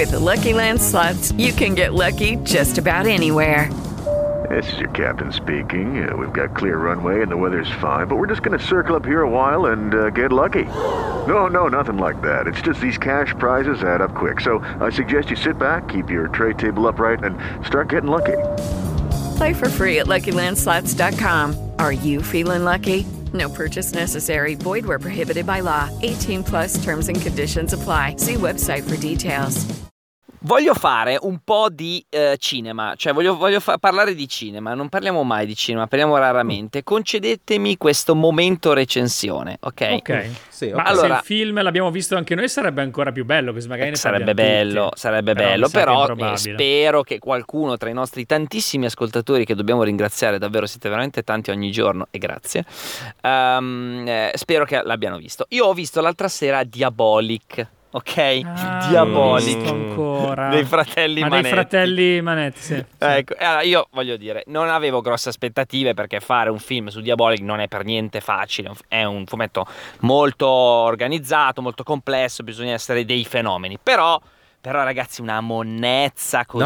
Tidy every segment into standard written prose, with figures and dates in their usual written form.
With the Lucky Land Slots, you can get lucky just about anywhere. This is your captain speaking. We've got clear runway and the weather's fine, but we're just going to circle up here a while and get lucky. No, nothing like that. It's just these cash prizes add up quick. So I suggest you sit back, keep your tray table upright, and start getting lucky. Play for free at LuckyLandSlots.com. Are you feeling lucky? No purchase necessary. Void where prohibited by law. 18 plus terms and conditions apply. See website for details. Voglio fare un po' di cinema, cioè voglio parlare di cinema, non parliamo mai di cinema, parliamo raramente. Concedetemi questo momento recensione, ok? Ok, Sì, ma allora, se il film l'abbiamo visto anche noi sarebbe ancora più bello, così magari ne sarebbe parliamo tutti. bello, mi sa che è però improbabile. spero che qualcuno tra i nostri tantissimi ascoltatori, che dobbiamo ringraziare davvero, siete veramente tanti ogni giorno e grazie, spero che l'abbiano visto. Io ho visto l'altra sera Diabolic. Ok, Diabolic visto ancora. dei fratelli Manetti. Dei fratelli Manetti, sì. Ecco, allora io voglio dire, non avevo grosse aspettative perché fare un film su Diabolic non è per niente facile, è un fumetto molto organizzato, molto complesso, bisogna essere dei fenomeni, però ragazzi, una monnezza così.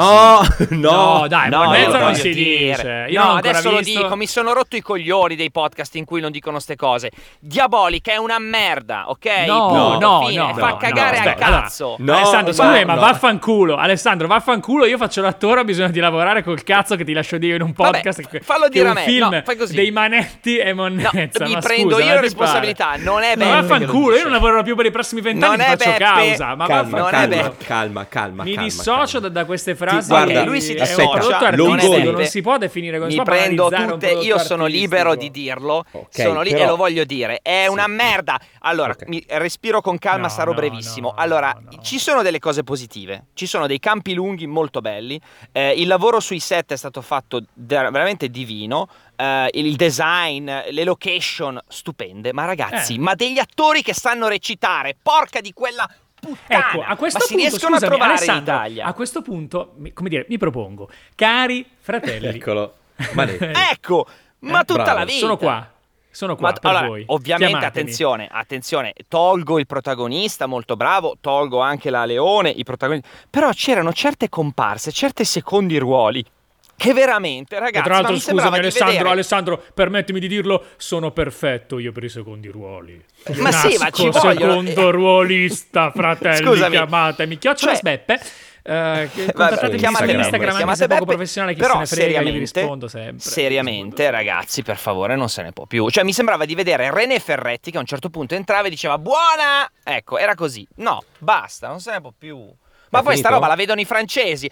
No, dai, monnezza non si dire. dice. Io non ho adesso ancora lo visto. dico, mi sono rotto i coglioni dei podcast in cui non dicono ste cose. Diabolic è una merda, ok? No, Fine, fa cagare al aspetta, cazzo. No, Alessandro, scusa, ma no. vaffanculo. Alessandro, vaffanculo. Io faccio l'attore, ho bisogno di lavorare col cazzo che ti lascio dire in un podcast. Vabbè, fallo dire che a un me. film No, fai così. dei Manetti e No, monnezza. mi ma prendo scusa, io ma la ti responsabilità. pare? Non è Ma Beppe che lo vaffanculo, dice. io non lavorerò più per i prossimi 20 Non anni, è faccio Beppe. causa. Ma non è Beppe. calma. mi dissocio da queste frasi. guarda, che lui si è un dissocia, prodotto non è artistico, Beppe. non si può definire come Mi si può prendo banalizzare un tutte, prodotto io sono libero di artistico. dirlo, Ok, sono lì però- e lo voglio dire. È una merda. Allora, Ok. respiro con calma, No, sarò no, brevissimo. no, allora, no. ci sono delle cose positive, ci sono dei campi lunghi molto belli, il lavoro sui set è stato fatto veramente divino, il design, le location stupende, ma ragazzi, ma degli attori che sanno recitare, porca di quella puttana. Ecco, a questo ma si punto, riescono scusami, a trovare Alessandro, in Italia. a questo punto, come dire, mi propongo, cari fratelli, Eccolo. Manetti. Ecco, ma tutta bravo. la vita. sono qua per allora, voi. ovviamente, Chiamatemi. attenzione, tolgo il protagonista molto bravo, tolgo anche la Leone, i protagonisti, però c'erano certe comparse, certe secondi ruoli che veramente, E ragazzi, tra l'altro, ma mi sembrava scusami, di vedere... Alessandro, permettimi di dirlo, sono perfetto io per i secondi ruoli. Ma sì, ma ci vogliono. Secondo ruolista, fratelli, Scusami. chiamatemi. Chiocciola Cioè- Sbeppe. Contattatemi chiamate su me, Instagram, anche chiamate se è poco Beppe, professionale, chi però se ne frega, io vi seriamente, rispondo sempre. seriamente, ragazzi, per favore, non se ne può più. Cioè, mi sembrava di vedere René Ferretti che a un certo punto entrava e diceva buona! Ecco, era così. No, basta, non se ne può più. Ma poi sta finito? roba la vedono i francesi.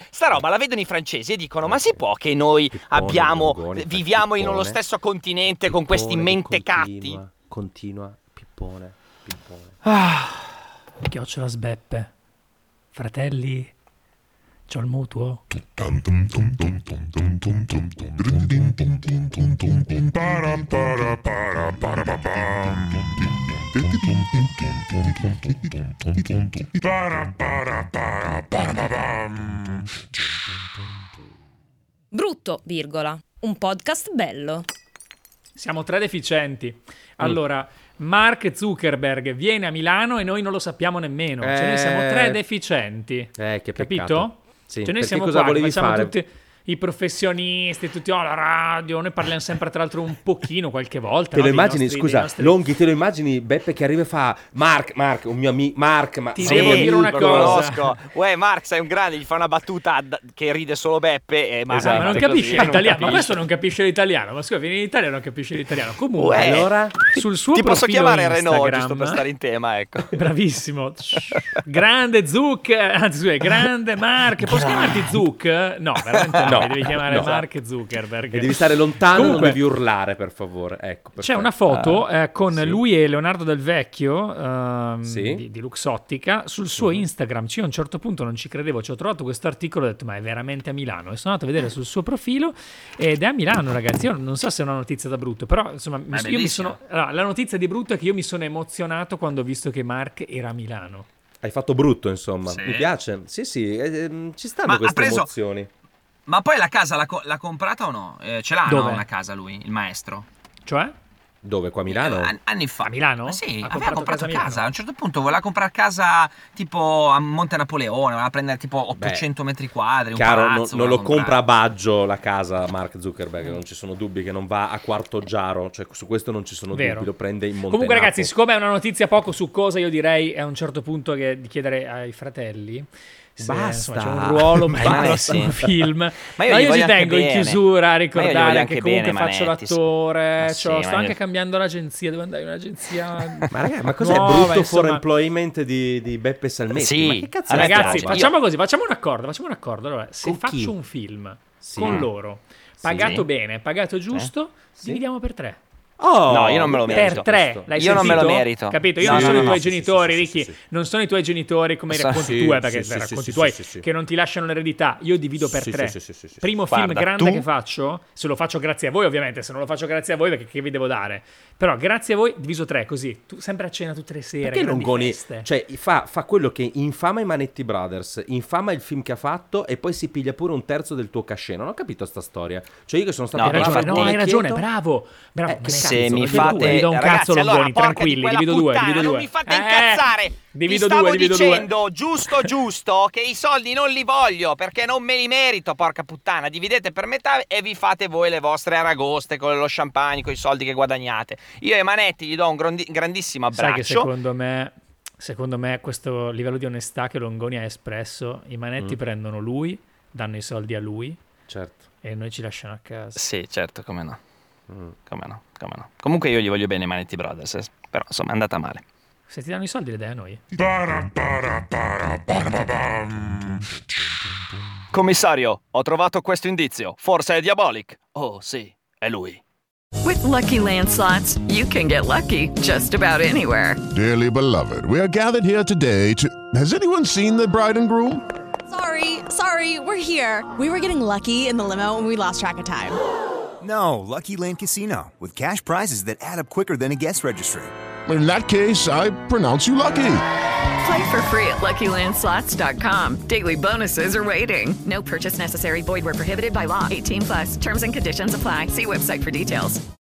E dicono: ma si può che noi viviamo in lo stesso continente con questi mentecatti? Continua, Pippone. Chiocciola Sbeppe. Fratelli, c'ho il mutuo. Brutto, virgola. Un podcast bello. Siamo tre deficienti. Allora, Mark Zuckerberg viene a Milano e noi non lo sappiamo nemmeno. Cioè, noi siamo tre deficienti. Che Capito? peccato. Sì, Cioè, noi perché siamo cosa qua, che volevi facciamo fare? tutti i professionisti, tutti la radio. Noi parliamo sempre, tra l'altro, un pochino qualche volta. Te lo no, dei immagini, nostri- scusa, dei nostri- Longhi, te lo immagini Beppe che arriva e fa Mark, un mio amico, Mark, ma Ti sei devo un dire una amico?" Lo cosa. conosco. Uè, Mark, sei un grande, gli fa una battuta che ride solo Beppe e Mark Esatto. Ma non così, capisce non l'italiano, ma capisce. questo non capisce l'italiano. Ma scusa, vieni in Italia e non capisce l'italiano. Comunque, Uè. allora, sul suo Ti posso profilo chiamare Renault, Instagram, giusto per stare in tema, ecco. Bravissimo. Grande Zuc, anzi scusa, grande Mark. Posso chiamarti Zuc? No, veramente no, mi devi chiamare Mark Zuckerberg. E devi stare lontano, Comunque, non devi urlare, per favore. Ecco, c'è perfetto. una foto con sì. lui e Leonardo Del Vecchio Sì. di Luxottica sul suo Instagram. Io a un certo punto non ci credevo, ci ho trovato questo articolo e ho detto ma è veramente a Milano? E sono andato a vedere sul suo profilo ed è a Milano, ragazzi. Io non so se è una notizia da brutto, però insomma io mi bellissimo. sono... Allora, la notizia di brutto è che io mi sono emozionato quando ho visto che Mark era a Milano. Hai fatto brutto, insomma. Sì. Mi piace. Sì, ci stanno Ma ha queste preso- emozioni. Ma poi la casa l'ha comprata o no? Ce l'ha Dove? no, una casa lui, il maestro? Cioè? Dove? Qua a Milano? Anni fa. A Milano? Sì, Ha aveva comprato comprato casa a casa. A un certo punto voleva comprare casa tipo a Monte Napoleone, voleva prendere tipo 800 metri quadri, un Chiaro, palazzo, non lo voleva compra a comprare. Baggio la casa Mark Zuckerberg, non ci sono dubbi che non va a Quartoggiaro, cioè su questo non ci sono Vero. dubbi, lo prende in Monte Comunque, Napo. ragazzi, siccome è una notizia poco succosa, io direi a un certo punto di chiedere ai fratelli. Se, Basta. insomma, c'è un ruolo per il Manetti. prossimo film. Ma No, gli io voglio ci anche tengo in bene. chiusura a Ma io gli voglio ricordare anche che comunque bene, faccio Manetti. l'attore. Ma sì, sto ma anche io- cambiando l'agenzia. Devo andare in un'agenzia. Ma ragazzi, ma cos'è nuova, brutto for insomma. employment di Beppe Salmetti? Sì. Ma che cazzo Allora, è sta Ragazzi, roba? facciamo così, facciamo un accordo. Allora, se Con faccio chi? un film Sì. con loro, pagato Sì. bene, pagato giusto, Sì. dividiamo per 3. Oh, No, io non me lo merito. Per 3, l'hai Io non me lo sentito? merito. Capito? Io No, non no, sono no, i tuoi no. genitori, Sì, Ricky. sì, sì. Non sono i tuoi genitori come i Sì, racconti sì, tuoi, perché sì, i sì, racconti sì, tuoi sì, sì. che non ti lasciano l'eredità. Io divido per Sì, 3. sì, sì, sì, sì. Primo Guarda, film grande tu- che faccio, se lo faccio grazie a voi, ovviamente. Se non lo faccio grazie a voi, perché che vi devo dare? Però grazie a voi, diviso 3, così. Tu sempre a cena tutte le sere. Perché grandi Longoni, feste. cioè, fa quello che infama i Manetti Brothers, infama il film che ha fatto e poi si piglia pure un terzo del tuo cachet. Non ho capito sta storia. Cioè io che sono stato No, Hai ragione, infatti- no, hai ragione, quieto- bravo. Bravo. che Manetti, Se mi vi fate do un ragazzi, cazzo, allora, Longoni, porca di tranquilli, quella divido due, puttana, divido due. non mi fate incazzare. Divido Vi stavo due, divido due. dicendo giusto che i soldi non li voglio perché non me li merito, porca puttana. Dividete per metà e vi fate voi le vostre aragoste con lo champagne, con i soldi che guadagnate. Io ai Manetti gli do un grandissimo abbraccio. Sai che secondo me questo livello di onestà che Longoni ha espresso, i Manetti prendono lui, danno i soldi a lui Certo. e noi ci lasciano a casa. Sì, certo, come no. Come no. Comunque io gli voglio bene i Manetti Brothers, però insomma è andata male. Se ti danno i soldi le dai a noi. Commissario, ho trovato questo indizio. Forse è Diabolic. Oh, sì, è lui. With Lucky Land Slots, you can get lucky just about anywhere. Dearly beloved, we are gathered here today to... Has anyone seen the bride and groom? Sorry, we're here. We were getting lucky in the limo and we lost track of time. No, Lucky Land Casino, with cash prizes that add up quicker than a guest registry. In that case, I pronounce you lucky. Play for free at LuckyLandSlots.com. Daily bonuses are waiting. No purchase necessary. Void where prohibited by law. 18+. Terms and conditions apply. See website for details.